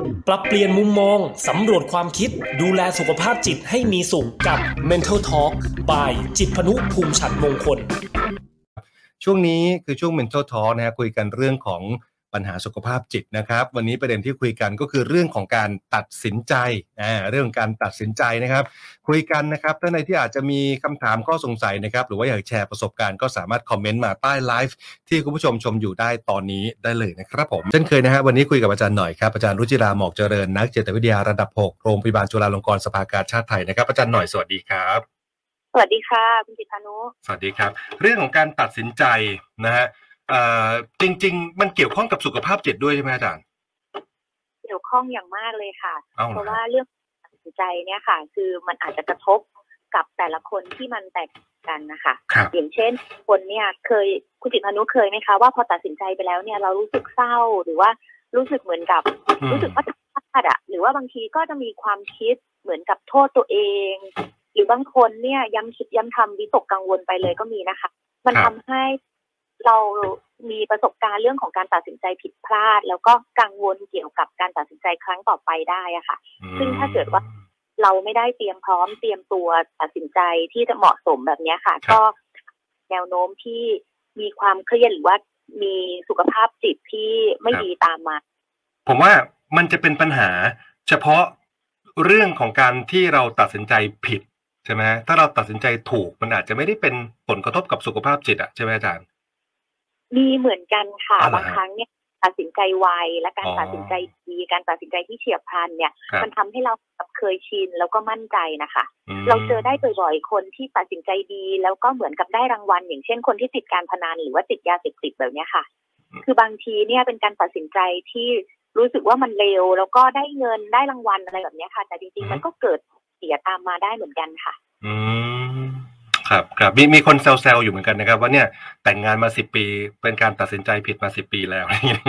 ปรับเปลี่ยนมุมมองสำรวจความคิดดูแลสุขภาพจิตให้มีสุขกับ Mental Talk by จิตรพนุภูมิฉัตรมงคลช่วงนี้คือช่วง Mental Talk นะฮะคุยกันเรื่องของปัญหาสุขภาพจิตนะครับวันนี้ประเด็นที่คุยกันก็คือเรื่องของการตัดสินใจเรื่องของการตัดสินใจนะครับคุยกันนะครับท่านใดที่อาจจะมีคำถามข้อสงสัยนะครับหรือว่าอยากแชร์ประสบการณ์ก็สามารถคอมเมนต์มาใต้ไลฟ์ที่คุณผู้ชมชมอยู่ได้ตอนนี้ได้เลยนะครับผมเช่นเคยนะฮะวันนี้คุยกับอาจารย์หน่อยครับอาจารย์รุจิราหมอกเจริญนักจิตวิทยาระดับ6โรงพยาบาลจุฬาลงกรณ์สภากาชาดไทยนะครับอาจารย์หน่อยสวัสดีครับสวัสดีค่ะคุณจิตรพนุสวัสดีครับเรื่องของการตัดสินใจนะฮะจริงๆมันเกี่ยวข้องกับสุขภาพจิตด้วยใช่ไหมอาจารย์เกี่ยวข้องอย่างมากเลยค่ะเพราะว่าเรื่องตัดสินใจเนี่ยค่ะคือมันอาจจะกระทบกับแต่ละคนที่มันแตกกันนะคะอย่างเช่นคนเนี่ยคุณจิตรพนุเคยไหมคะว่าพอตัดสินใจไปแล้วเนี่ยเรารู้สึกเศร้าหรือว่ารู้สึกเหมือนกับรู้สึกว่าพลาดหรือว่าบางทีก็จะมีความคิดเหมือนกับโทษตัวเองหรือบางคนเนี่ยย้ำคิดย้ำทำวิตกกังวลไปเลยก็มีนะคะมันทำให้เรามีประสบการณ์เรื่องของการตัดสินใจผิดพลาดแล้วก็กังวลเกี่ยวกับการตัดสินใจครั้งต่อไปได้อะค่ะซึ่งถ้าเกิดว่าเราไม่ได้เตรียมพร้อมเตรียมตัวตัดสินใจที่จะเหมาะสมแบบนี้ค่ะก็แนวโน้มที่มีความเครียดหรือว่ามีสุขภาพจิตที่ไม่ดีตามมาผมว่ามันจะเป็นปัญหาเฉพาะเรื่องของการที่เราตัดสินใจผิดใช่ไหมถ้าเราตัดสินใจถูกมันอาจจะไม่ได้เป็นผลกระทบกับสุขภาพจิตใช่ไหมอาจารย์มีเหมือนกันค่ะบางครั้งเนี่ยตัดสินใจไวและการตัดสินใจดีการตัดสินใจที่เฉียบพลันเนี่ยมันทำให้เราเคยชินแล้วก็มั่นใจนะคะเราเจอได้บ่อยๆคนที่ตัดสินใจดีแล้วก็เหมือนกับได้รางวัลอย่างเช่นคนที่ติดการพนันหรือว่าติดยาเสพติดแบบนี้ค่ะคือบางทีเนี่ยเป็นการตัดสินใจที่รู้สึกว่ามันเร็วแล้วก็ได้เงินได้รางวัลอะไรแบบนี้ค่ะแต่จริงๆมันก็เกิดเสียตามมาได้เหมือนกันค่ะครับมีคนแซวๆอยู่เหมือนกันนะครับว่าเนี่ยแต่งงานมา10 ปีเป็นการตัดสินใจผิดมา10 ปีแล้ว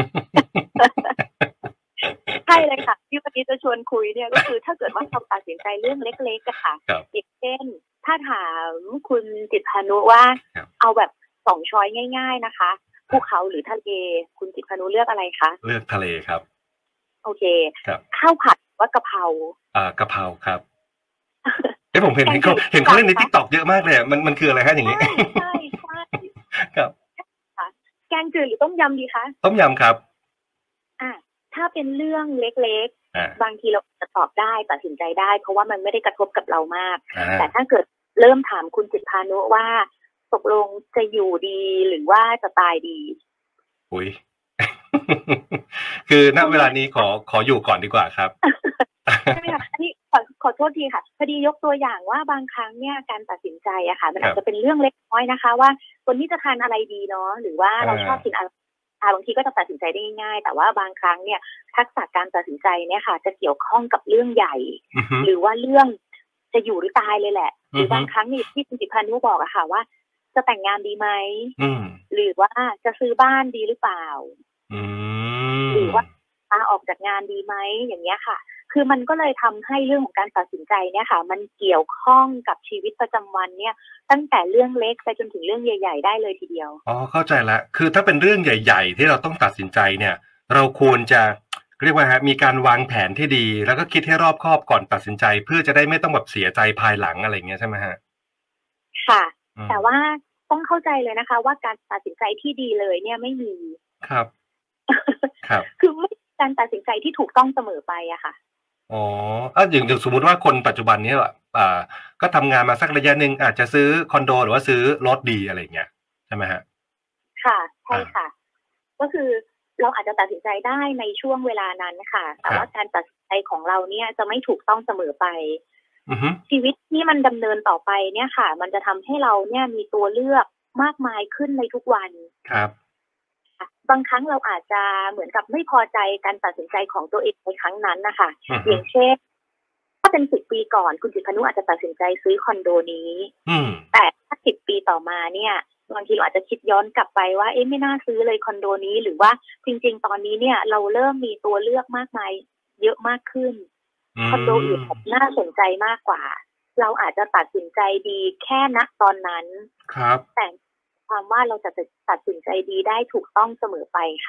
ใช่เลยค่ะที่วันนี้จะชวนคุยเนี่ยก็คือถ้าเกิดว่าเราตัดสินใจเรื่องเล็กๆค่ะอย่างเช่นถ้าถามคุณจิตรพนุว่าเอาแบบ2 ช้อยง่ายๆนะคะภูเขาหรือทะเลคุณจิตรพนุเลือกอะไรคะเลือกทะเลครับโอเคข้าวผัดว่ากะเพรากะเพราครับผมเห็นเขาเล่นใน TikTok เยอะมากเลยมันคืออะไรฮะอย่างนี้ใช่ครับแกงจืดหรือต้มยำดีคะต้มยำครับถ้าเป็นเรื่องเล็กๆบางทีเราจะตอบได้ตัดสินใจได้เพราะว่ามันไม่ได้กระทบกับเรามากแต่ถ้าเกิดเริ่มถามคุณจิตรพานุว่าตกลงจะอยู่ดีหรือว่าจะตายดีอุ๊ยคือณเวลานี้ขออยู่ก่อนดีกว่าครับใช่ไหมคะนี่ขอโทษทีค่ะพอดียกตัวอย่างว่าบางครั้งเนี่ยการตัดสินใจอะค่ะมันอาจจะเป็นเรื่องเล็กน้อยนะคะว่าคนที่จะทานอะไรดีเนาะหรือว่าเราชอบกินอะไรบางทีก็จะตัดสินใจได้ง่ายๆแต่ว่าบางครั้งเนี่ยทักษะการตัดสินใจเนี่ยค่ะจะเกี่ยวข้องกับเรื่องใหญ่หรือว่าเรื่องจะอยู่หรือตายเลยแหละหรือบางครั้งนี่ที่คุณจิตรพานุบอกอะค่ะว่าจะแต่งงานดีไหมหรือว่าจะซื้อบ้านดีหรือเปล่าหรือว่าลาออกจากงานดีไหมอย่างเงี้ยค่ะคือมันก็เลยทำให้เรื่องของการตัดสินใจเนี่ยค่ะมันเกี่ยวข้องกับชีวิตประจำวันเนี่ยตั้งแต่เรื่องเล็กไปจนถึงเรื่องใหญ่ๆได้เลยทีเดียวเข้าใจแล้วคือถ้าเป็นเรื่องใหญ่ๆที่เราต้องตัดสินใจเนี่ยเราควรจะเรียกว่ามีการวางแผนที่ดีแล้วก็คิดให้รอบคอบก่อนตัดสินใจเพื่อจะได้ไม่ต้องแบบเสียใจภายหลังอะไรเงี้ยใช่ไหมฮะค่ะแต่ว่าต้องเข้าใจเลยนะคะว่าการตัดสินใจที่ดีเลยเนี่ยไม่มีครับคือไม่การตัดสินใจที่ถูกต้องเสมอไปอะค่ะอย่างสมมุติว่าคนปัจจุบันนี้ก็ทำงานมาสักระยะหนึ่งอาจจะซื้อคอนโดหรือว่าซื้อรถดีอะไรเงี้ยใช่ไหมฮะค่ะใช่ค่ะก็คือเราอาจจะตัดสินใจได้ในช่วงเวลานั้นค่ะแต่ว่าการตัดสินใจของเราเนี่ยจะไม่ถูกต้องเสมอไปชีวิตที่มันดำเนินต่อไปเนี่ยค่ะมันจะทำให้เราเนี่ยมีตัวเลือกมากมายขึ้นในทุกวันครับบางครั้งเราอาจจะเหมือนกับไม่พอใจการตัดสินใจของตัวเองในครั้งนั้นนะคะอย่างเช่นถ้าเป็น10 ปีก่อนคุณจิตรพนุอาจจะตัดสินใจซื้อคอนโดนี้แต่ถ้า10 ปีต่อมาเนี่ยบางทีเราอาจจะคิดย้อนกลับไปว่าไม่น่าซื้อเลยคอนโดนี้หรือว่าจริงๆตอนนี้เนี่ยเราเริ่มมีตัวเลือกมากมายเยอะมากขึ้นคอนโดอื่นน่าสนใจมากกว่าเราอาจจะตัดสินใจดีแค่ณตอนนั้นครับแต่ความว่าเราจะตัดสินใจดีได้ถูกต้องเสมอไปค่ะ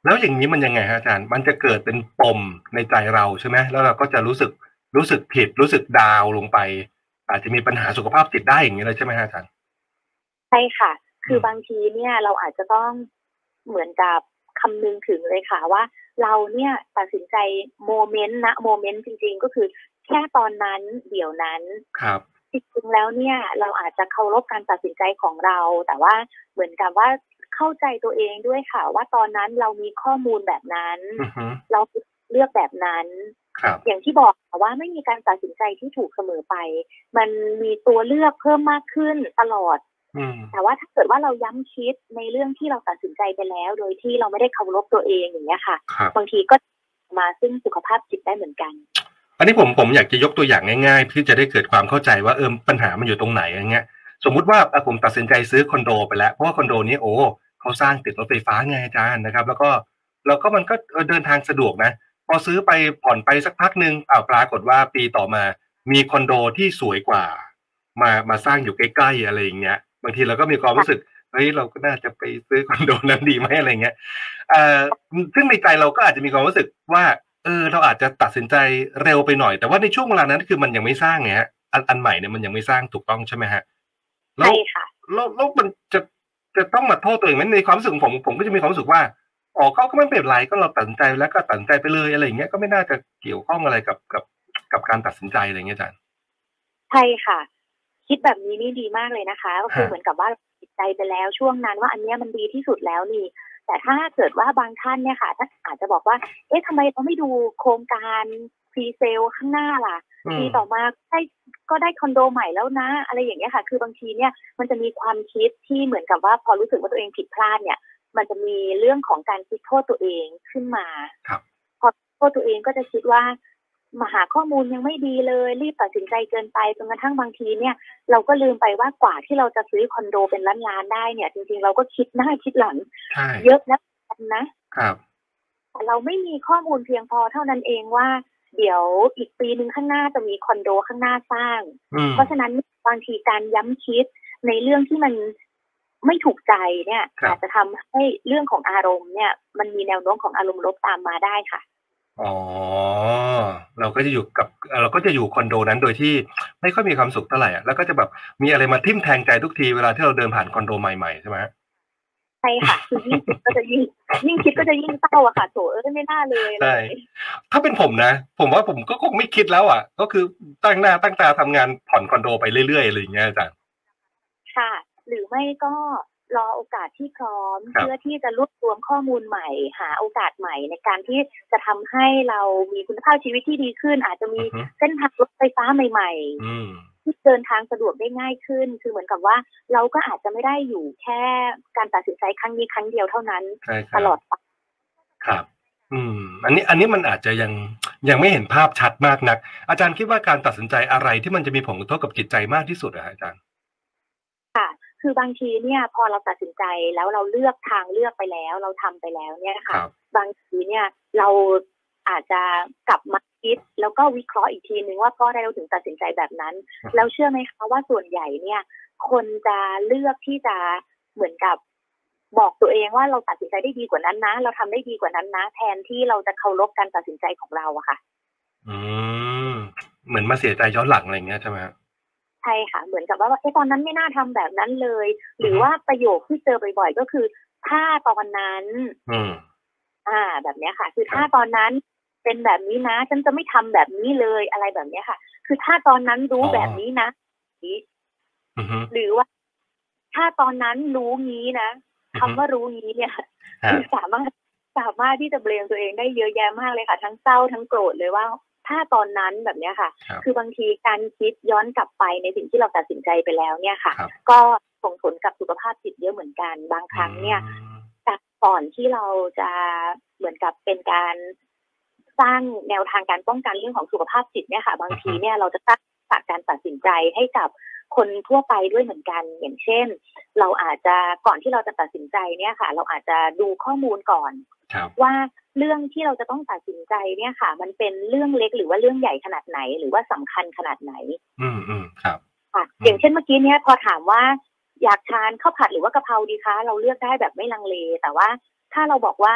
แล้วอย่างนี้มันยังไงฮะอาจารย์มันจะเกิดเป็นปมในใจเราใช่ไหมแล้วเราก็จะรู้สึกผิดรู้สึกดาวลงไปอาจจะมีปัญหาสุขภาพจิตได้อย่างนี้เลยใช่ไหมฮะอาจารย์ใช่ค่ะคือบางทีเนี่ยเราอาจจะต้องเหมือนกับคำนึงถึงเลยค่ะว่าเราเนี่ยตัดสินใจโมเมนต์จริงๆก็คือแค่ตอนนั้นเดี๋ยวนั้นครับจริงๆแล้วเนี่ยเราอาจจะเคารพการตัดสินใจของเราแต่ว่าเหมือนกับว่าเข้าใจตัวเองด้วยค่ะว่าตอนนั้นเรามีข้อมูลแบบนั้นเราเลือกแบบนั้นอย่างที่บอกว่าไม่มีการตัดสินใจที่ถูกเสมอไปมันมีตัวเลือกเพิ่มมากขึ้นตลอดแต่ว่าถ้าเกิดว่าเราย้ำคิดในเรื่องที่เราตัดสินใจไปแล้วโดยที่เราไม่ได้เคารพตัวเองอย่างเงี้ยค่ะบางทีก็มาซึ่งสุขภาพจิตได้เหมือนกันอันนี้ผมอยากจะยกตัวอย่างง่ายๆที่จะได้เกิดความเข้าใจว่าปัญหามันอยู่ตรงไหนอย่างเงี้ยสมมุติว่าผมตัดสินใจซื้อคอนโดไปแล้วเพราะว่าคอนโดนี้โอ้เขาสร้างติดรถไฟฟ้าไงอาจารย์นะครับแล้วก็มันก็เดินทางสะดวกนะพอซื้อไปผ่อนไปสักพักนึงปรากฏว่าปีต่อมามีคอนโดที่สวยกว่ามาสร้างอยู่ใกล้ๆอะไรอย่างเงี้ยบางทีเราก็มีความรู้สึกเฮ้ยเราก็น่าจะไปซื้อคอนโดนั้นดีไหมอะไรเงี้ยซึ่งในใจเราก็อาจจะมีความรู้สึกว่าเราอาจจะตัดสินใจเร็วไปหน่อยแต่ว่าในช่วงเวลานั้นคือมันยังไม่สร้างไงฮะอันใหม่เนี่ยมันยังไม่สร้างถูกต้องใช่ไหมฮะใช่ค่ะแล้วมันจะต้องมาโทษตัวเองไหมในความรู้สึกของผมก็จะมีความรู้สึกว่าอ๋อเขาก็ไม่เป็นไรก็เราตัดสินใจแล้วก็ตัดสินใจไปเลยอะไรอย่างเงี้ยก็ไม่น่าจะเกี่ยวข้องอะไรกับการตัดสินใจอะไรอย่างเงี้ยอาจารย์ใช่ค่ะคิดแบบนี้นี่ดีมากเลยนะคะก็คือเหมือนกับว่าตัดใจไปแล้วช่วงนั้นว่าอันนี้มันดีที่สุดแล้วนี่แต่ถ้าเกิดว่าบางท่านเนี่ยค่ะท่านอาจจะบอกว่าเอ๊ะทำไมเราไม่ดูโครงการพรีเซลข้างหน้าล่ะปีต่อมาก็ได้คอนโดใหม่แล้วนะอะไรอย่างเงี้ยค่ะคือบางทีเนี่ยมันจะมีความคิดที่เหมือนกับว่าพอรู้สึกว่าตัวเองผิดพลาดเนี่ยมันจะมีเรื่องของการคิดโทษตัวเองขึ้นมาพอโทษตัวเองก็จะคิดว่ามาหาข้อมูลยังไม่ดีเลยรีบตัดสินใจเกินไปจนกระทั่งบางทีเนี่ยเราก็ลืมไปว่ากว่าที่เราจะซื้อคอนโดเป็นล้านๆได้เนี่ยจริงๆเราก็คิดหน้าคิดหลังเยอะนะครับแต่เราไม่มีข้อมูลเพียงพอเท่านั้นเองว่าเดี๋ยวอีกปีนึงข้างหน้าจะมีคอนโดข้างหน้าสร้างเพราะฉะนั้นบางทีการย้ำคิดในเรื่องที่มันไม่ถูกใจเนี่ยอาจจะทำให้เรื่องของอารมณ์เนี่ยมันมีแนวโน้มของอารมณ์ลบตามมาได้ค่ะอ๋อเราก็จะอยู่คอนโดนั้นโดยที่ไม่ค่อยมีความสุขเท่าไหร่แล้วก็จะแบบมีอะไรมาทิ่มแทงใจทุกทีเวลาที่เราเดินผ่านคอนโดใหม่ๆใช่ไหมใช่ค่ะคือยิ่งคิดก็จะยิ่งคิดก็จะยิ่งเศร้าอะค่ะโถไม่น่าเลยใช่ถ้าเป็นผมนะผมว่าผมก็คงไม่คิดแล้วอ่ะก็คือตั้งหน้าตั้งตาทำงานผ่อนคอนโดไปเรื่อยๆอะไรอย่างเงี้ยอาจารย์ค่ะหรือไม่ก็รอโอกาสที่พร้อมเพื่อที่จะรวบรวมข้อมูลใหม่หาโอกาสใหม่ในการที่จะทำให้เรามีคุณภาพชีวิตที่ดีขึ้นอาจจะมีเส้นทางรถไฟฟ้าใหม่ๆที่เดินทางสะดวกได้ง่ายขึ้นคือเหมือนกับว่าเราก็อาจจะไม่ได้อยู่แค่การตัดสินใจครั้งนี้ครั้งเดียวเท่านั้นตลอดไปครับอันนี้มันอาจจะยังไม่เห็นภาพชัดมากนักอาจารย์คิดว่าการตัดสินใจอะไรที่มันจะมีผลกระทบกับจิตใจมากที่สุดอะอาจารย์ค่ะคือบางทีเนี่ยพอเราตัดสินใจแล้วเราเลือกทางเลือกไปแล้วเราทำไปแล้วเนี่ยค่ะบางทีเนี่ยเราอาจจะกลับมาคิดแล้วก็วิเคราะห์อีกทีนึงว่าเพราะอะไรเราถึงตัดสินใจแบบนั้นแล้วเชื่อไหมคะว่าส่วนใหญ่เนี่ยคนจะเลือกที่จะเหมือนกับบอกตัวเองว่าเราตัดสินใจได้ดีกว่านั้นนะเราทำได้ดีกว่านั้นนะแทนที่เราจะเคารพการตัดสินใจของเราอะค่ะเหมือนมาเสียใจย้อนหลังอะไรอย่างเงี้ยใช่ไหมใช่ค่ะเหมือนกับว่าตอนนั้นไม่น่าทำแบบนั้นเลยหรือว่าประโยคที่เจอบ่อยๆก็คือถ้าตอนนั้นแบบนี้ค่ะคือถ้าตอนนั้นเป็นแบบนี้นะฉันจะไม่ทำแบบนี้เลยอะไรแบบนี้ค่ะคือถ้าตอนนั้นรู้แบบนี้นะหรือว่าถ้าตอนนั้นรู้งี้นะคำว่ารู้งี้เนี่ยคือสามารถที่จะเบลมตัวเองได้เยอะแยะมากเลยค่ะทั้งเศร้าทั้งโกรธเลยว่าถ้าตอนนั้นแบบนี้ค่ะคือบางทีการคิดย้อนกลับไปในสิ่งที่เราตัดสินใจไปแล้วเนี่ยค่ะก็ส่งผลกับสุขภาพจิตเยอะเหมือนกันบางครั้งเนี่ยจากก่อนที่เราจะเหมือนกับเป็นการสร้างแนวทางการป้องกันเรื่องของสุขภาพจิตเนี่ยค่ะบางทีเนี่ยเราจะสร้างการตัดสินใจให้กับคนทั่วไปด้วยเหมือนกันอย่างเช่นเราอาจจะก่อนที่เราจะตัดสินใจเนี่ยค่ะเราอาจจะดูข้อมูลก่อนว่าเรื่องที่เราจะต้องตัดสินใจเนี่ยค่ะมันเป็นเรื่องเล็กหรือว่าเรื่องใหญ่ขนาดไหนหรือว่าสำคัญขนาดไหนครับค่ะอย่างเช่นเมื่อกี้เนี่ยพอถามว่าอยากทานข้าวผัดหรือว่ากะเพราดีคะเราเลือกได้แบบไม่ลังเลแต่ว่าถ้าเราบอกว่า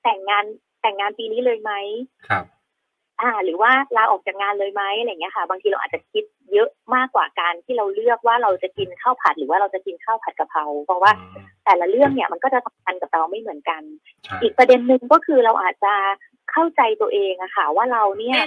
แต่งงานปีนี้เลยไหมครับหรือว่าลาออกจากงานเลยไหมอะไรอย่างเงี้ยค่ะบางทีเราอาจจะคิดเยอะมากกว่าการที่เราเลือกว่าเราจะกินข้าวผัดหรือว่าเราจะกินข้าวผัดกะเพราเพราะว่าแต่ละเรื่องเนี่ยมันก็จะสำคัญกับเราไม่เหมือนกันอีกประเด็นหนึ่งก็คือเราอาจจะเข้าใจตัวเองอะค่ะว่าเราเนี่ย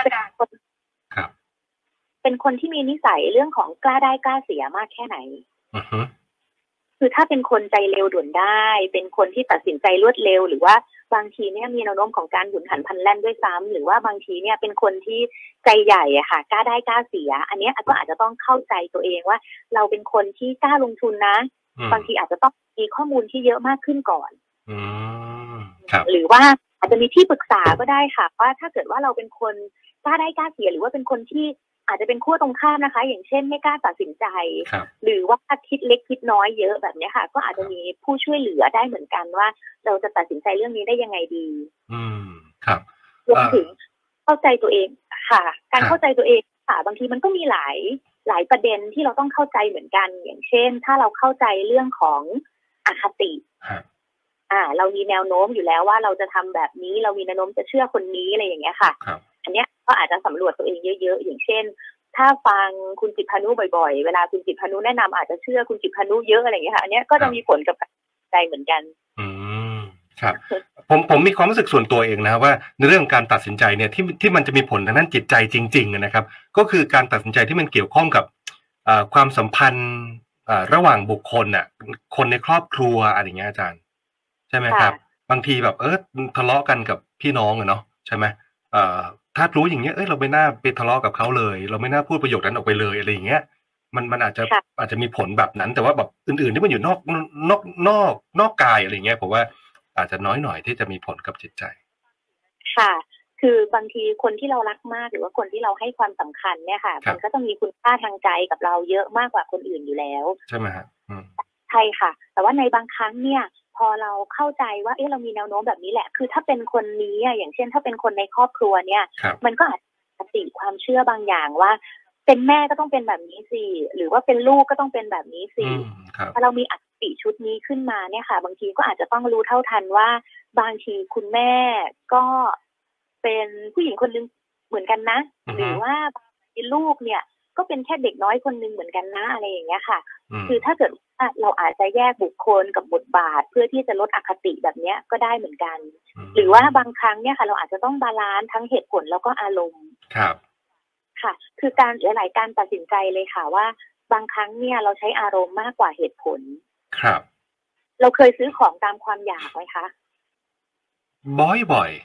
เป็นคนที่มีนิสัยเรื่องของกล้าได้กล้าเสียมากแค่ไหนคือถ้าเป็นคนใจเร็วด่วนได้เป็นคนที่ตัดสินใจรวดเร็วหรือว่าบางทีเนี่ยมีแนวโน้มของการหุนหันพลันแล่นด้วยซ้ำหรือว่าบางทีเนี่ยเป็นคนที่ใจใหญ่อะค่ะกล้าได้กล้าเสียอันนี้ก็อาจจะต้องเข้าใจตัวเองว่าเราเป็นคนที่กล้าลงทุนนะบางทีอาจจะต้องมีข้อมูลที่เยอะมากขึ้นก่อนหรือว่าอาจจะมีที่ปรึกษาก็ได้ค่ะว่าถ้าเกิดว่าเราเป็นคนกล้าได้กล้าเสียหรือว่าเป็นคนที่อาจจะเป็นขั้วตรงข้ามนะคะอย่างเช่นไม่กล้าตัดสินใจหรือว่าคิดเล็กคิดน้อยเยอะแบบนี้ค่ะก็อาจจะมีผู้ช่วยเหลือได้เหมือนกันว่าเราจะตัดสินใจเรื่องนี้ได้ยังไงดีครับรวมถึงเข้าใจตัวเองค่ะการเข้าใจตัวเองค่ะบางทีมันก็มีหลายประเด็นที่เราต้องเข้าใจเหมือนกันอย่างเช่นถ้าเราเข้าใจเรื่องของอคติเรามีแนวโน้มอยู่แล้วว่าเราจะทำแบบนี้เรามีแนวโน้มจะเชื่อคนนี้อะไรอย่างเงี้ยค่ะอันเนี้ยก็อาจจะสำรวจตัวเองเยอะๆอย่างเช่นถ้าฟังคุณจิตพานุบ่อยๆเวลาคุณจิตพานุแนะนำอาจจะเชื่อคุณจิตพานุเยอะอะไรอย่างเงี้ยค่ะอันเนี้ยก็จะมีผลกับใจเหมือนกันครับผมมีความรู้สึกส่วนตัวเองนะว่าในเรื่องการตัดสินใจเนี่ยที่มันจะมีผลทางด้านจิตใจจริงๆนะครับก็คือการตัดสินใจที่มันเกี่ยวข้องกับความสัมพันธ์ระหว่างบุคคลน่ะคนในครอบครัวอะไรอย่างเงี้ยอาจารย์ใช่ไหมครับบางทีแบบทะเลาะกันกับพี่น้องอะเนาะใช่ไหมถ้ารู้อย่างเงี้ยเราไม่น่าไปทะเลาะกับเขาเลยเราไม่น่าพูดประโยคนั้นออกไปเลยอะไรอย่างเงี้ยมันอาจจะมีผลแบบนั้นแต่ว่าแบบอื่นๆที่มันอยู่นอกกายอะไรเงี้ยผมว่าอาจจะน้อยหน่อยที่จะมีผลกับจิตใจค่ะคือบางทีคนที่เรารักมากหรือว่าคนที่เราให้ความสำคัญเนี่ยค่ะมันก็จะมีคุณค่าทางใจกับเราเยอะมากกว่าคนอื่นอยู่แล้วใช่ไหมฮะใช่ค่ะแต่ว่าในบางครั้งเนี่ยพอเราเข้าใจว่าเรามีแนวโน้มแบบนี้แหละคือถ้าเป็นคนนี้อย่างเช่นถ้าเป็นคนในครอบครัวเนี่ยมันก็อาจจะติความเชื่อบางอย่างว่าเป็นแม่ก็ต้องเป็นแบบนี้สิหรือว่าเป็นลูกก็ต้องเป็นแบบนี้สิถ้าเรามีอคติชุดนี้ขึ้นมาเนี่ยค่ะบางทีก็อาจจะต้องรู้เท่าทันว่าบางทีคุณแม่ก็เป็นผู้หญิงคนนึงเหมือนกันนะหรือว่าลูกเนี่ยก็เป็นแค่เด็กน้อยคนนึงเหมือนกันนะอะไรอย่างเงี้ยค่ะคือถ้าเกิดเราอาจจะแยกบุคคลกับบทบาทเพื่อที่จะลดอคติแบบเนี้ยก็ได้เหมือนกันหรือว่าบางครั้งเนี่ยค่ะเราอาจจะต้องบาลานซ์ทั้งเหตุผลแล้วก็อารมณ์ครับค่ะคือการหลายๆการตัดสินใจเลยค่ะว่าบางครั้งเนี่ยเราใช้อารมณ์มากกว่าเหตุผลครับเราเคยซื้อของตามความอยากไหมคะบ่อย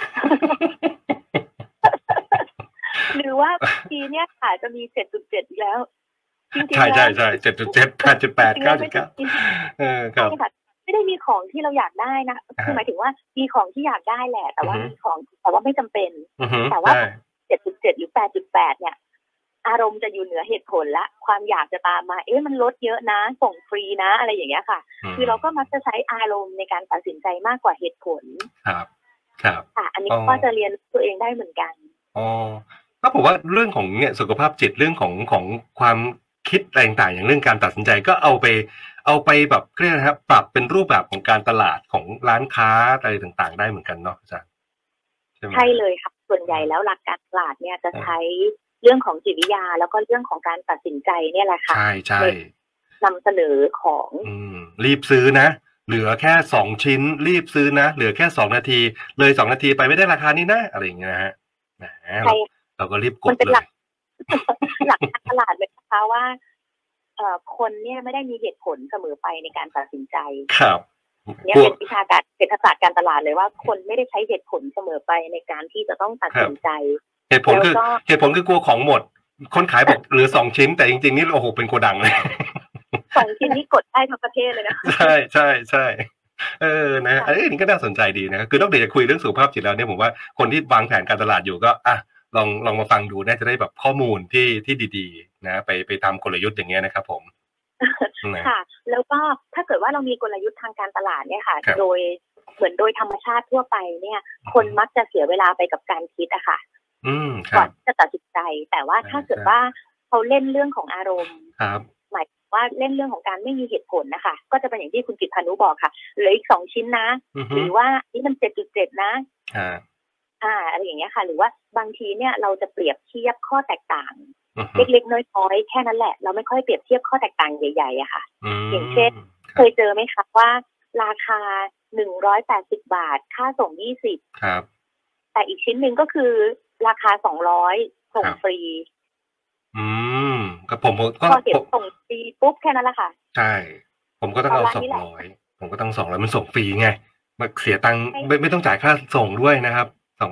หรือว่าปีเนี้ยค่ะจะมี 7.7 อีกแล้วจริงๆใช่ๆ 7.7 8.8 9.9ครับไม่ได้มีของที่เราอยากได้นะคือหมายถึงว่ามีของที่อยากได้แหละแต่ว่ามีของแต่ว่าไม่จำเป็นแต่ว่า 7.7 หรือ 8.8 เนี่ยอารมณ์จะอยู่เหนือเหตุผลละความอยากจะตามมามันลดเยอะนะส่งฟรีนะอะไรอย่างเงี้ยค่ะคือเราก็มักจะใช้อารมณ์ในการตัดสินใจมากกว่าเหตุผลครับค่ะอันนี้ก็จะเรียนตัวเองได้เหมือนกันก็ผมว่าเรื่องของเนี่ยสุขภาพจิตเรื่องของความคิดอะไรต่างๆอย่างเรื่องการตัดสินใจก็เอาไปแบบเรียกนะครับปรับเป็นรูปแบบของการตลาดของร้านค้าอะไรต่างๆได้เหมือนกันเนาะอาจารย์ใช่เลยครับส่วนใหญ่แล้วหลักการตลาดเนี่ยจะใช้เรื่องของจิตวิทยาแล้วก็เรื่องของการตัดสินใจเนี่ยแหละค่ะใช่นำเสนอของรีบซื้อนะเหลือแค่2ชิ้นรีบซื้อนะเหลือแค่2นาทีเลย2นาทีไปไม่ได้ราคานี้นะอะไรอย่างเงี้ยนะฮะเราก็รีบกดเลยมันเป็นหลักการตลาดเลยนะคะว่าคนเนี่ยไม่ได้มีเหตุผลเสมอไปในการตัดสินใจครับเนี่ยเป็นวิชาการเป็นศาสตร์การตลาดเลยว่าคนไม่ได้ใช้เหตุผลเสมอไปในการที่จะต้องตัดสินใจเหตุผลคือกลัวของหมดคนขายบอกเหลือ2ชิ้นแต่จริงๆนี่โอ้โหเป็นโกดังเลย 2ชิ้นนี้กดได้ทั้งประเทศเลยนะใช่นะอันนี้ก็น่าสนใจดีนะคือนอกจากคุยเรื่องสุขภาพจิตแล้วเนี่ยผมว่าคนที่วางแผนการตลาดอยู่ก็ลองมาฟังดูน่าจะได้แบบข้อมูลที่ดีๆนะไปทำกลยุทธ์อย่างเงี้ยนะครับผมค่ะแล้วก็ถ้าเกิดว่าเรามีกลยุทธ์ทางการตลาดเนี่ยค่ะโดยเหมือนโดยธรรมชาติทั่วไปเนี่ยคนมักจะเสียเวลาไปกับการคิดอะค่ะก่อนจะตัดสินใจแต่ว่าถ้าเกิดว่าเขาเล่นเรื่องของอารมณ์หมายว่าเล่นเรื่องของการไม่มีเหตุผลนะคะก็จะเป็นอย่างที่คุณจิตรพานุบอกค่ะเหลืออีก2ชิ้นนะหรือว่านี่มัน 7.7 นะอะไรอย่างเงี้ยค่ะหรือว่าบางทีเนี่ยเราจะเปรียบเทียบข้อแตกต่างเล็กๆน้อยๆแค่นั้นแหละเราไม่ค่อยเปรียบเทียบข้อแตกต่างใหญ่ๆอะค่ะอย่างเช่นเคยเจอไหมคะว่าราคา180 บาทค่าส่ง20 ครับแต่อีกชิ้นหนึ่งก็คือราคา200ส่งฟรีก็ผมก็พอเห็นส่งฟรีปุ๊บแค่นั้นแหละค่ะใช่ผมก็ต้องเอา200ผมก็ต้อง200มันส่งฟรีไงมาเสียตังค์ไม่ต้องจ่ายค่าส่งด้วยนะครับ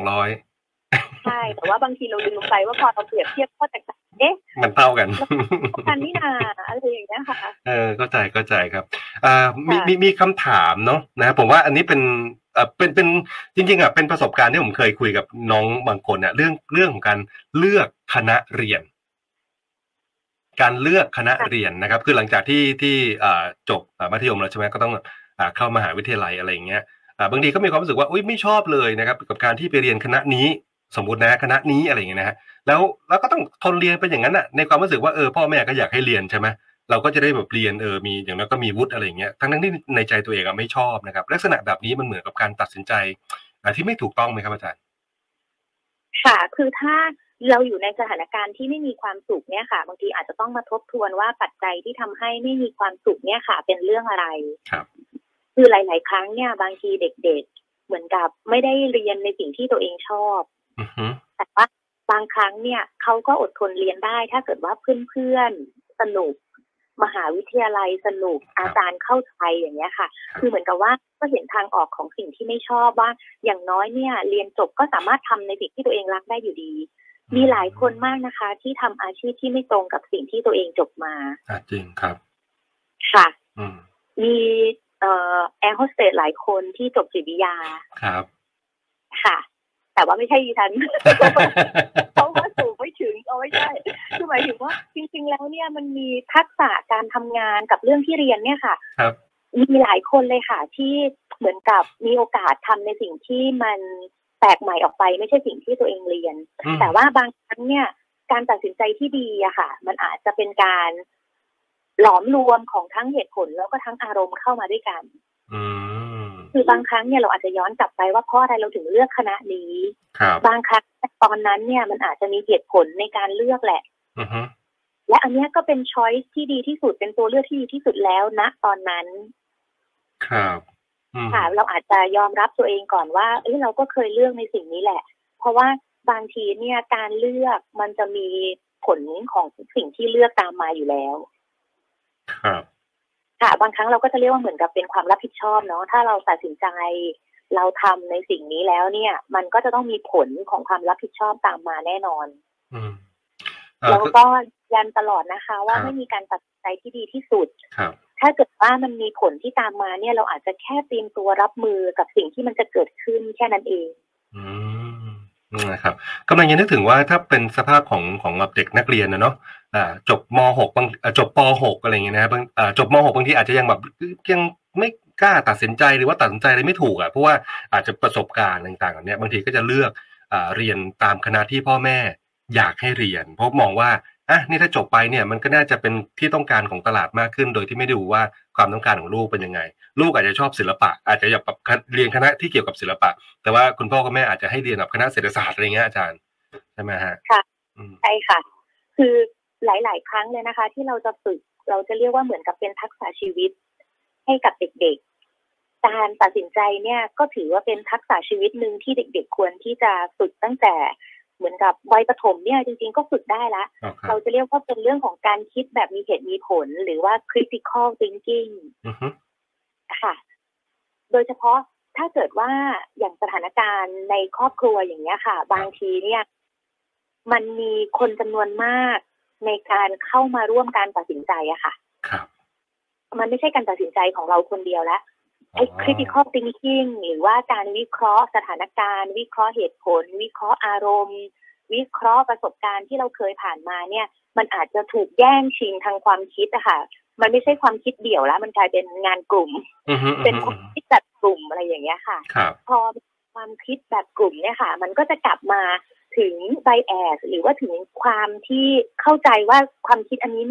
200 ใช่แต่ว่าบางทีเราลืมไปว่าพอเราเปรียบเทียบข้อแตกต่างมันเท่ากันกันนี่นาอะไรอย่างเงี้ยค่ะเข้าใจครับมีคำถามเนาะนะผมว่าอันนี้เป็นจริงๆเป็นประสบการณ์ที่ผมเคยคุยกับน้องบางคนเนี่ยเรื่องของการเลือกคณะเรียนการเลือกคณะเรียนนะครับคือหลังจากที่จบมัธยมแล้วใช่ไหมก็ต้องเข้ามหาวิทยาลัยอะไรอย่างเงี้ยบางทีก็มีความรู้สึกว่าอุ๊ยไม่ชอบเลยนะครับกับการที่ไปเรียนคณะนี้สมมุตินะคณะนี้อะไรอย่างเงี้ยนะฮะแล้วก็ต้องทนเรียนเป็นอย่างนั้นน่ะในความรู้สึกว่าพ่อแม่ก็อยากให้เรียนใช่ไหมเราก็จะได้แบบเรียนมีอย่างน้อยก็มีวุฒิอะไรอย่างเงี้ยทั้งที่ในใจตัวเองไม่ชอบนะครับลักษณะแบบนี้มันเหมือนกับการตัดสินใจที่ไม่ถูกต้องไหมครับอาจารย์ค่ะคือถ้าเราอยู่ในสถานการณ์ที่ไม่มีความสุขเนี่ยค่ะบางทีอาจจะต้องมาทบทวนว่าปัจจัยที่ทำให้ไม่มีความสุขเนี่ยค่ะเป็นเรื่องอะไรครับคือหลายๆครั้งเนี่ยบางทีเด็กๆเหมือนกับไม่ได้เรียนในสิ่งที่ตัวเองชอบแต่ว่าบางครั้งเนี่ยเขาก็อดทนเรียนได้ถ้าเกิดว่าเพื่อนๆสนุกมหาวิทยาลัยสนุกอาจารย์เข้าใจอย่างเงี้ยค่ะคือเหมือนกับว่าก็เห็นทางออกของสิ่งที่ไม่ชอบว่าอย่างน้อยเนี่ยเรียนจบก็สามารถทำในสิ่งที่ตัวเองรักได้อยู่ดีมีหลายคนมากนะคะที่ทำอาชีพที่ไม่ตรงกับสิ่งที่ตัวเองจบมาจริงครับค่ะมีแอร์โฮสเตสหลายคนที่จบจิตวิทยาครับค่ะแต่ว่าไม่ใช่ดิฉันเพราะว่าสูงไม่ถึงไม่ใช่คือหมายถึงว่าจริงๆแล้วเนี่ยมันมีทักษะการทำงานกับเรื่องที่เรียนเนี่ยค่ะครับมีหลายคนเลยค่ะที่เหมือนกับมีโอกาสทำในสิ่งที่มันแปลกใหม่ออกไปไม่ใช่สิ่งที่ตัวเองเรียนแต่ว่าบางครั้งเนี่ยการตัดสินใจที่ดีอะค่ะมันอาจจะเป็นการหลอมรวมของทั้งเหตุผลแล้วก็ทั้งอารมณ์เข้ามาด้วยกันคือบางครั้งเนี่ยเราอาจจะย้อนกลับไปว่าเพราะอะไรเราถึงเลือกคณะนี้บางครั้งตอนนั้นเนี่ยมันอาจจะมีเหตุผลในการเลือกแหละและอันนี้ก็เป็นช้อยส์ที่ดีที่สุดเป็นตัวเลือกที่ดีที่สุดแล้วณตอนนั้นครับค่ะเราอาจจะยอมรับตัวเองก่อนว่าเราก็เคยเลือกในสิ่งนี้แหละเพราะว่าบางทีเนี่ยการเลือกมันจะมีผลของสิ่งที่เลือกตามมาอยู่แล้วครับค่ะบางครั้งเราก็จะเรียกว่าเหมือนกับเป็นความรับผิดชอบเนาะถ้าเราตัดสินใจเราทำในสิ่งนี้แล้วเนี่ยมันก็จะต้องมีผลของความรับผิดชอบตามมาแน่นอนแล้วก็ยันตลอดนะคะว่าไม่มีการตัดสินใจที่ดีที่สุดถ้าเกิดว่ามันมีผลที่ตามมาเนี่ยเราอาจจะแค่เตรียมตัวรับมือกับสิ่งที่มันจะเกิดขึ้นแค่นั้นเองนะครับกำลังจะนึกถึงว่าถ้าเป็นสภาพของเด็กนักเรียนนะเนาะจบม.6 บางจบป.6 อะไรอย่างเงี้ยนะจบม.6 บางทีอาจจะยังแบบยังไม่กล้าตัดสินใจหรือว่าตัดสินใจอะไรไม่ถูกเพราะว่าอาจจะประสบการณ์ต่างๆแบบนี้บางทีก็จะเลือกเรียนตามคณะที่พ่อแม่อยากให้เรียนเพราะมองว่านี่ถ้าจบไปเนี่ยมันก็น่าจะเป็นที่ต้องการของตลาดมากขึ้นโดยที่ไม่ดูว่าความต้องการของลูกเป็นยังไงลูกอาจจะชอบศิลปะอาจจะอยากเรียนคณะที่เกี่ยวกับศิลปะแต่ว่าคุณพ่อคุณแม่อาจจะให้เรียนแบบคณะเศรษฐศาสตร์อะไรเงี้ยอาจารย์ใช่ไหมฮะค่ะใช่ค่ะคือหลายๆครั้งเลยนะคะที่เราจะฝึกเราจะเรียกว่าเหมือนกับเป็นทักษะชีวิตให้กับเด็กๆการตัดสินใจเนี่ยก็ถือว่าเป็นทักษะชีวิตนึงที่เด็กๆควรที่จะฝึกตั้งแต่เหมือนกับวัยประถมเนี่ยจริงๆก็ฝึกได้ละเราจะเรียกว่าเป็นเรื่องของการคิดแบบมีเหตุมีผลหรือว่า critical thinking ค่ะโดยเฉพาะถ้าเกิดว่าอย่างสถานการณ์ในครอบครัวอย่างเงี้ยค่ะบางทีเนี่ยมันมีคนจำนวนมากในการเข้ามาร่วมการตัดสินใจอะค่ะมันไม่ใช่การตัดสินใจของเราคนเดียวแล้วไอ้ critical thinking หรือว่าการวิเคราะห์สถานการณ์วิเคราะห์เหตุผลวิเคราะห์อารมณ์วิเคราะห์ประสบการณ์ที่เราเคยผ่านมาเนี่ยมันอาจจะถูกแย่งชิงทางความคิดอะค่ะมันไม่ใช่ความคิดเดี่ยวแล้วมันกลายเป็นงานกลุ่มเป็นความคิดแบบกลุ่มอะไรอย่างเงี้ยค่ะพอความคิดแบบกลุ่มเนี่ยค่ะมันก็จะกลับมาถึง bias หรือว่าถึงความที่เข้าใจว่าความคิดอันนี้เนี่ย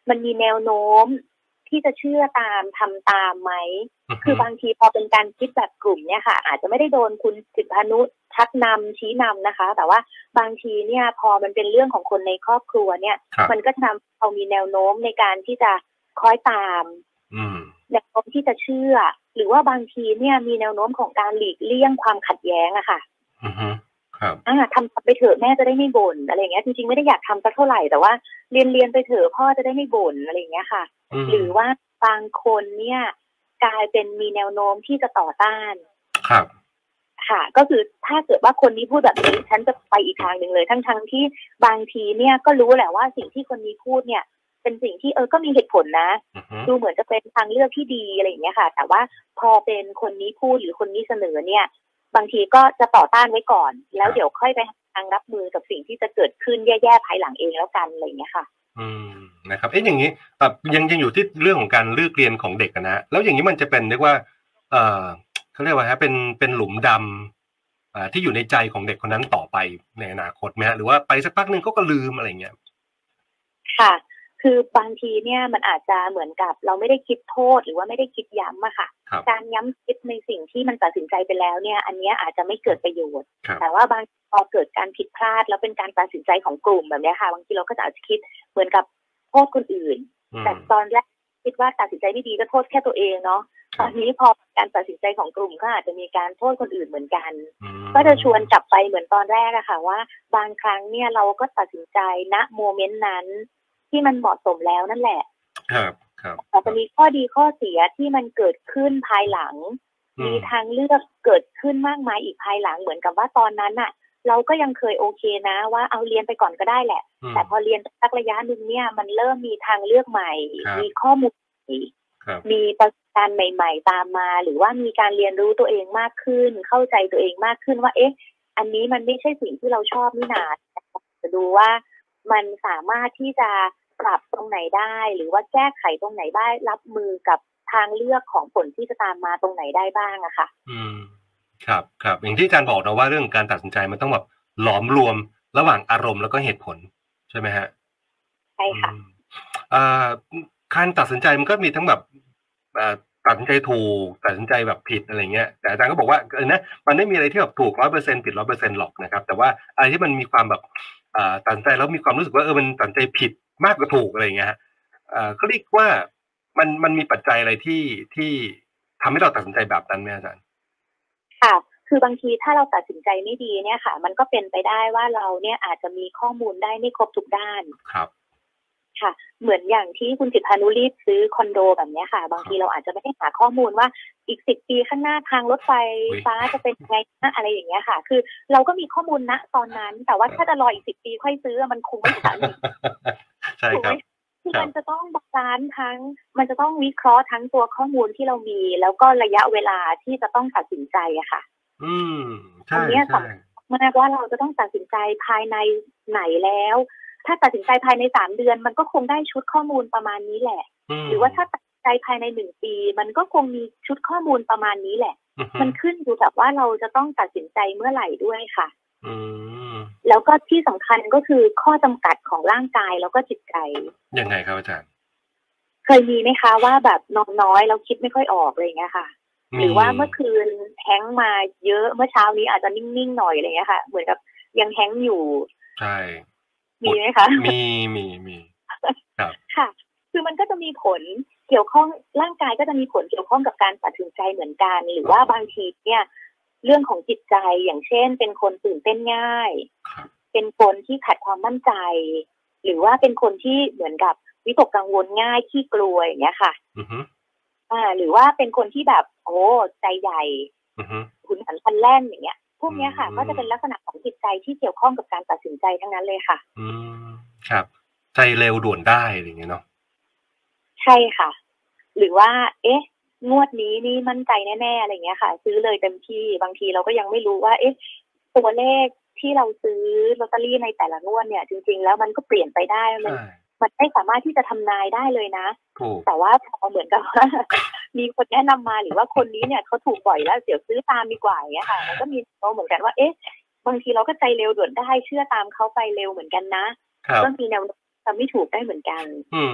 มันมีแนวโน้มที่จะเชื่อตามทำตามไหมคือบางทีพอเป็นการคิดแบบกลุ่มเนี่ยค่ะอาจจะไม่ได้โดนคุณจิตพานุชักนำชี้นำนะคะแต่ว่าบางทีเนี่ยพอมันเป็นเรื่องของคนในครอบครัวเนี่ยมันก็ทำเรามีแนวโน้มในการที่จะคล้อยตามแนวโน้มที่จะเชื่อหรือว่าบางทีเนี่ยมีแนวโน้มของการหลีกเลี่ยงความขัดแย้งอะค่ะทำไปเถอะแม่จะได้ไม่บ่นอะไรอย่างเงี้ยจริงๆไม่ได้อยากทำสักเท่าไหร่แต่ว่าเรียนไปเถอะพ่อจะได้ไม่บ่นอะไรอย่างเงี้ยค่ะหรือว่าบางคนเนี่ยกลายเป็นมีแนวโน้มที่จะต่อต้านครับค่ะก็คือถ้าเกิดว่าคนนี้พูดแบบนี้ฉันจะไปอีกทางหนึ่งเลยทั้งที่บางทีเนี่ยก็รู้แหละว่าสิ่งที่คนนี้พูดเนี่ยเป็นสิ่งที่ก็มีเหตุผลนะดูเหมือนจะเป็นทางเลือกที่ดีอะไรอย่างเงี้ยค่ะแต่ว่าพอเป็นคนนี้พูดหรือคนนี้เสนอเนี่ยบางทีก็จะต่อต้านไว้ก่อนแล้วเดี๋ยวค่อยไปทางรับมือกับสิ่งที่จะเกิดขึ้นแย่ๆภายหลังเองแล้วกันอะไรอย่างเงี้ยค่ะนะครับอย่างนี้ยังอยู่ที่เรื่องของการเลือกเรียนของเด็กนะแล้วอย่างนี้มันจะเป็นเรียกว่าเขาเรียกว่าฮะเป็นหลุมดำที่อยู่ในใจของเด็กคนนั้นต่อไปในอนาคตไหมหรือว่าไปสักพักนึงก็ลืมอะไรเงี้ยค่ะคือบางทีเนี่ยมันอาจจะเหมือนกับเราไม่ได้คิดโทษหรือว่าไม่ได้คิดย้ำอะค่ะการย้ำคิดในสิ่งที่มันตัดสินใจไปแล้วเนี่ยอันนี้อาจจะไม่เกิดประโยชน์แต่ว่าบางพอเกิดการผิดพลาดแล้วเป็นการตัดสินใจของกลุ่มแบบนี้ค่ะบางทีเราก็จะอาจจะคิดเหมือนกับโทษคนอื่นแต่ตอนแรกคิดว่าตัดสินใจไม่ดีก็โทษแค่ตัวเองเนาะตอนนี้พอการตัดสินใจของกลุ่มก็อาจจะมีการโทษคนอื่นเหมือนกันก็จะชวนกลับไปเหมือนตอนแรกอะค่ะว่าบางครั้งเนี่ยเราก็ตัดสินใจณโมเมนต์นั้นที่มันเหมาะสมแล้วนั่นแหละครับแต่จะมีข้อดีข้อเสียที่มันเกิดขึ้นภายหลังมีทางเลือกเกิดขึ้นมากมายอีกภายหลังเหมือนกับว่าตอนนั้นน่ะเราก็ยังเคยโอเคนะว่าเอาเรียนไปก่อนก็ได้แหละแต่พอเรียนสักระยะนึงเนี่ยมันเริ่มมีทางเลือกใหม่มีข้อมูลมีประสบการณ์ใหม่ๆตามมาหรือว่ามีการเรียนรู้ตัวเองมากขึ้นเข้าใจตัวเองมากขึ้นว่าเอ๊ะอันนี้มันไม่ใช่สิ่งที่เราชอบนี่นาจะดูว่ามันสามารถที่จะปรับตรงไหนได้หรือว่าแก้ไขตรงไหนได้รับมือกับทางเลือกของผลที่จะตามมาตรงไหนได้บ้างอะค่ะครับอย่างที่อาจารย์บอกนะว่าเรื่องการตัดสินใจมันต้องแบบหลอมรวมระหว่างอารมณ์แล้วก็เหตุผลใช่ไหมฮะใช่ค่ะการตัดสินใจมันก็มีทั้งแบบตัดสินใจถูกตัดสินใจแบบผิดอะไรเงี้ยแต่อาจารย์ก็บอกว่านะมันไม่มีอะไรที่แบบถูก 100% ผิด 100% หรอกนะครับแต่ว่าอะไรที่มันมีความแบบตัดสินใจแล้วมีความรู้สึกว่ามันตัดสินใจผิดมากกว่าถูกอะไรเงี้ยฮะเขาเรียกว่ามันมีปัจจัยอะไรที่ทำให้เราตัดสินใจแบบนั้นไหมอาจารย์ค่ะคือบางทีถ้าเราตัดสินใจไม่ดีเนี่ยค่ะมันก็เป็นไปได้ว่าเราเนี่ยอาจจะมีข้อมูลได้ไม่ครบทุกด้านครับค่ะเหมือนอย่างที่คุณจิตพานุรีบซื้อคอนโดแบบนี้ค่ะบางทีเราอาจจะไม่ได้หาข้อมูลว่าอีก10 ปีข้างหน้าทางรถไฟฟ้าจะเป็นยังไงอะไรอย่างเงี้ยค่ะคือเราก็มีข้อมูลณตอนนั้นแต่ว่าถ้าจะรออีก10 ปีค่อยซื้อมันคงไม่ทันใช่ครับคือมันจะต้องบาลานซ์ทั้งมันจะต้องวิเคราะห์ทั้งตัวข้อมูลที่เรามีแล้วก็ระยะเวลาที่จะต้องตัดสินใจอะค่ะอันนี้สำคัญมากว่าเราจะต้องตัดสินใจภายในไหนแล้วถ้าตัดสินใจภายใน3 เดือนมันก็คงได้ชุดข้อมูลประมาณนี้แหละหรือว่าถ้าตัดสินใจภายใน1 ปีมันก็คงมีชุดข้อมูลประมาณนี้แหละมันขึ้นอยู่กับว่าเราจะต้องตัดสินใจเมื่อไหร่ด้วยค่ะแล้วก็ที่สำคัญก็คือข้อจำกัดของร่างกายแล้วก็จิตใจยังไงครับอาจารย์เคยมีไหมคะว่าแบบนอนน้อยแล้วคิดไม่ค่อยออกอะไรอย่างเงี้ยค่ะหรือว่าเมื่อคืนแฮงก์มาเยอะเมื่อเช้านี้อาจจะนิ่งๆหน่อยอะไรอย่างเงี้ยค่ะเหมือนกับยังแฮงก์อยู่ใช่มีไหมคะมีครับค่ะคือมันก็จะมีผลเกี่ยวข้องร่างกายก็จะมีผลเกี่ยวข้องกับการตัดสินใจเหมือนกันหรือว่าบางทีเนี่ยเรื่องของจิตใจอย่างเช่นเป็นคนตื่นเต้นง่ายเป็นคนที่ขาดความมั่นใจหรือว่าเป็นคนที่เหมือนกับวิตกกังวลง่ายขี้กลัวอย่างเงี้ยค่ะหรือว่าเป็นคนที่แบบโอ้ใจใหญ่ขุนหันพลันแล่นอย่างเงี้ยพวกนี้ค่ะก็จะเป็นลักษณะของจิตใจที่เกี่ยวข้องกับการตัดสินใจทั้งนั้นเลยค่ะครับใจเร็วด่วนได้อย่างเงี้ยเนาะใช่ค่ะหรือว่างวดนี้นี่มั่นใจแน่ๆอะไรเงี้ยค่ะซื้อเลยเต็มที่บางทีเราก็ยังไม่รู้ว่าตัวเลขที่เราซื้อลอตเตอรี่ในแต่ละงวดเนี่ยจริงๆแล้วมันก็เปลี่ยนไปได้มันไม่สามารถที่จะทำนายได้เลยนะแต่ว่าพอเหมือนกับว่ามีคนแนะนำมาหรือว่าคนนี้เนี่ยเขาถูกบ่อยแล้วเดี๋ยวซื้อตามดีกว่าอย่างเงี้ยค่ะมันก็มีเหมือนกันว่าบางทีเราก็ใจเร็วด่วนได้เชื่อตามเขาไปเร็วเหมือนกันนะก็มีแนวจะไม่ถูกได้เหมือนกัน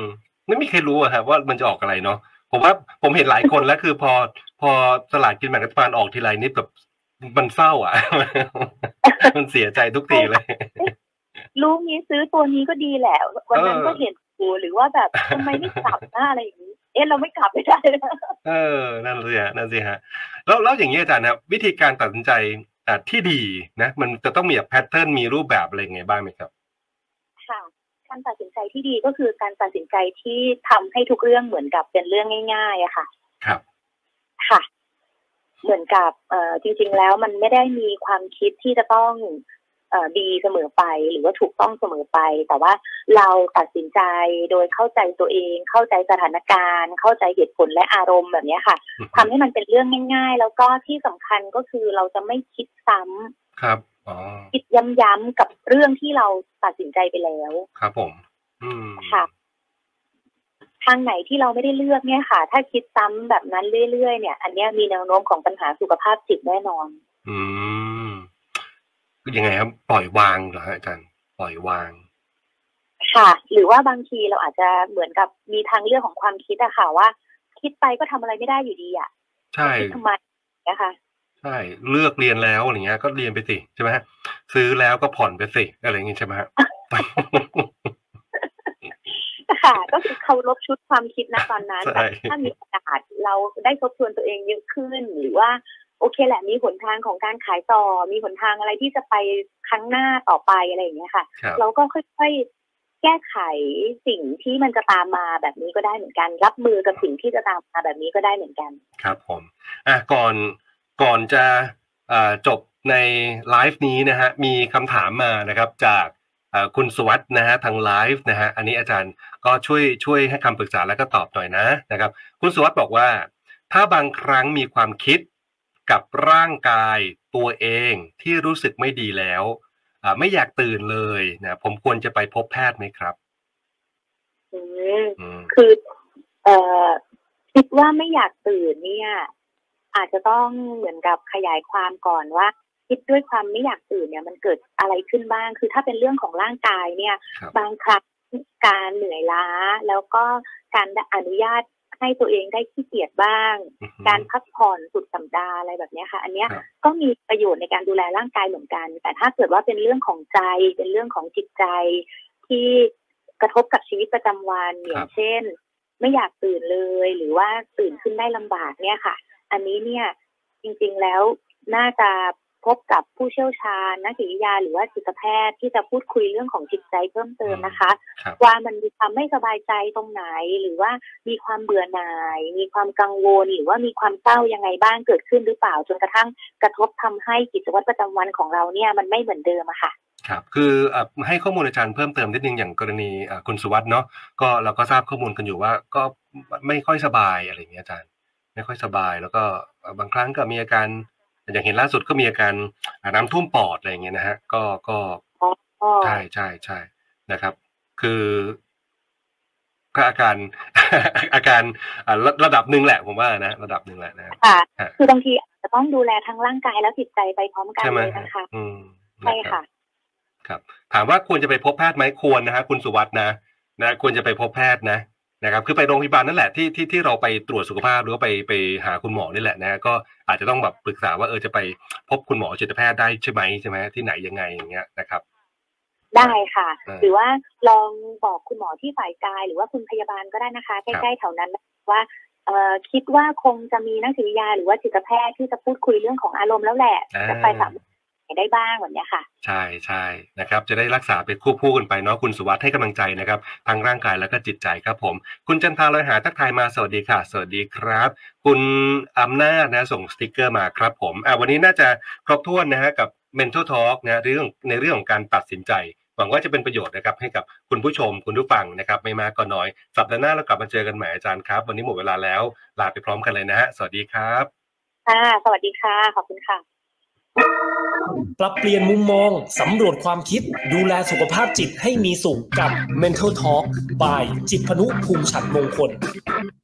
ไม่มีใครรู้อะครับว่ามันจะออกอะไรเนาะผมว่าผมเห็นหลายคนแล้วคือพอสลากกินแบ่งรัฐบาลออกทีไรนี่แบบมันเศร้าอ่ะ มันเสียใจทุกทีเลยรู้งี้ซื้อตัวนี้ก็ดีแหละวันนั้นก็เห็นดูหรือว่าแบบทำไมไม่กลับหน้าอะไรอย่างนี้เราไม่กลับไม่ได้นั่นสิฮะแล้วอย่างนี้อาจารย์นะวิธีการตัดสินใจที่ดีนะมันจะต้องมีแบบแพทเทิร์นมีรูปแบบอะไรไงบ้างไหมครับค่ะการตัดสินใจที่ดีก็คือการตัดสินใจที่ทำให้ทุกเรื่องเหมือนกับเป็นเรื่องง่ายๆอะค่ะครับค่ะเหมือนกับจริงๆแล้วมันไม่ได้มีความคิดที่จะต้องดีเสมอไปหรือว่าถูกต้องเสมอไปแต่ว่าเราตัดสินใจโดยเข้าใจตัวเองเข้าใจสถานการณ์เข้าใจเหตุผลและอารมณ์แบบนี้ค่ะทำให้มันเป็นเรื่องง่ายๆแล้วก็ที่สำคัญก็คือเราจะไม่คิดซ้ำครับคิดย้ำๆกับเรื่องที่เราตัดสินใจไปแล้วครับผมค่ะทางไหนที่เราไม่ได้เลือกเนี่ยค่ะถ้าคิดซ้ำแบบนั้นเรื่อยๆเนี่ยอันนี้มีแนวโน้มของปัญหาสุขภาพจิตแน่นอนยังไงครับปล่อยวางเหรออาจารย์ปล่อยวางค่ะหรือว่าบางทีเราอาจจะเหมือนกับมีทางเลือกของความคิดอะค่ะว่าคิดไปก็ทำอะไรไม่ได้อยู่ดีอะใช่ทำไมนะคะใช่เลือกเรียนแล้วอะไรเงี้ยก็เรียนไปสิใช่ไหมซื้อแล้วก็ผ่อนไปสิอะไรอย่างงี้ใช่ไหมฮะค่ะก็คือเคารพชุดความคิดนะตอนนั้นแต่ถ้ามีโอกาสเราได้ทบทวนตัวเองเยอะขึ้นหรือว่าโอเคแหละมีหนทางของการขายต่อมีหนทางอะไรที่จะไปครั้งหน้าต่อไปอะไรอย่างเงี้ยค่ะเราก็ค่อยๆแก้ไขสิ่งที่มันจะตามมาแบบนี้ก็ได้เหมือนกันรับมือกับสิ่งที่จะตามมาแบบนี้ก็ได้เหมือนกันครับผมก่อนจะจบในไลฟ์นี้นะฮะมีคำถามมานะครับจากคุณสุวัสด์นะฮะทางไลฟ์นะฮะอันนี้อาจารย์ก็ช่วยให้คำปรึกษาแล้วก็ตอบหน่อยนะครับคุณสุวัสด์บอกว่าถ้าบางครั้งมีความคิดกับร่างกายตัวเองที่รู้สึกไม่ดีแล้วไม่อยากตื่นเลยนะผมควรจะไปพบแพทย์ไหมครับคือคิดว่าไม่อยากตื่นเนี่ยอาจจะต้องเหมือนกับขยายความก่อนว่าคิดด้วยความไม่อยากตื่นเนี่ยมันเกิดอะไรขึ้นบ้างคือถ้าเป็นเรื่องของร่างกายเนี่ยบางครั้งการเหนื่อยล้าแล้วก็การอนุญาตให้ตัวเองได้ขี้เกียจบ้างการพักผ่อนสุดสัปดาห์อะไรแบบนี้ค่ะอันเนี้ยก็มีประโยชน์ในการดูแลร่างกายเหมือนกันแต่ถ้าเกิดว่าเป็นเรื่องของใจเป็นเรื่องของจิตใจที่กระทบกับชีวิตประจำวันอย่างเช่นไม่อยากตื่นเลยหรือว่าตื่นขึ้นได้ลำบากเนี่ยค่ะอันนี้เนี่ยจริงๆแล้วน่าจะพบกับผู้เชี่ยวชาญนักจิตวิทยาหรือว่าจิตแพทย์ที่จะพูดคุยเรื่องของจิตใจเพิ่มเติมนะคะว่ามันมีความไม่สบายใจตรงไหนหรือว่ามีความเบื่อหน่ายมีความกังวลหรือว่ามีความเศร้ายังไงบ้างเกิดขึ้นหรือเปล่าจนกระทั่งกระทบทำให้กิจวัตรประจำวันของเราเนี่ยมันไม่เหมือนเดิมอะค่ะครับคือให้ข้อมูลอาจารย์เพิ่มเติมนิดนึงอย่างกรณีคุณสุวัสด์เนาะก็เราก็ทราบข้อมูลกันอยู่ว่าก็ไม่ค่อยสบายอะไรอย่างเงี้ยอาจารย์ไม่ค่อยสบายแล้วก็บางครั้งก็มีอาการอย่างเห็นล่าสุดก็มีอาการน้ำท่วมปอดอะไรอย่างเงี้ยนะฮะก็ใช่นะครับคือก็อาการระดับหนึ่งแหละผมว่านะระดับหนึ่งแหละนะค่ะคือบางทีจะต้องดูแลทั้งร่างกายและจิตใจไปพร้อมกันเลยนะคะใช่ค่ะครับถามว่าควรจะไปพบแพทย์ไหมควรนะฮะคุณสุวัสด์นะควรจะไปพบแพทย์นะครับคือไปโรงพยาบาลนั่นแหละที่เราไปตรวจสุขภาพหรือว่าไปหาคุณหมอนี่แหละนะก็อาจจะต้องแบบปรึกษาว่าจะไปพบคุณหมอจิตแพทย์ได้ใช่ไหมที่ไหนยังไงอย่างเงี้ยนะครับได้ค่ะหรือว่าลองบอกคุณหมอที่ฝ่ายกายหรือว่าคุณพยาบาลก็ได้นะคะใกล้ๆแถวนั้นว่าคิดว่าคงจะมีนักจิตวิทยาหรือว่าจิตแพทย์ที่จะพูดคุยเรื่องของอารมณ์แล้วแหละจะไปสามารถได้บ้างแบบนี้ค่ะใช่นะครับจะได้รักษาไปควบคู่กันไปเนาะคุณสุวัสด์ให้กำลังใจนะครับทั้งร่างกายแล้วก็จิตใจครับผมคุณจันทราลอยหาทักทายมาสวัสดีค่ะสวัสดีครับคุณอำนาจนะส่งสติ๊กเกอร์มาครับผมวันนี้น่าจะครบถ้วนนะฮะกับ Mental Talk นะในเรื่องของการตัดสินใจหวังว่าจะเป็นประโยชน์นะครับให้กับคุณผู้ชมคุณผู้ฟังนะครับไม่มากก็น้อยสัปดาห์หน้าเรากลับมาเจอกันใหม่อาจารย์ครับวันนี้หมดเวลาแล้วลาไปพร้อมกันเลยนะฮะสวัสดีครับสวัสดีค่ะขอบคุณค่ะปรับเปลี่ยนมุมมองสำรวจความคิดดูแลสุขภาพจิตให้มีสุขกับ Mental Talk by จิตพนุภูมิฉัตรมงคล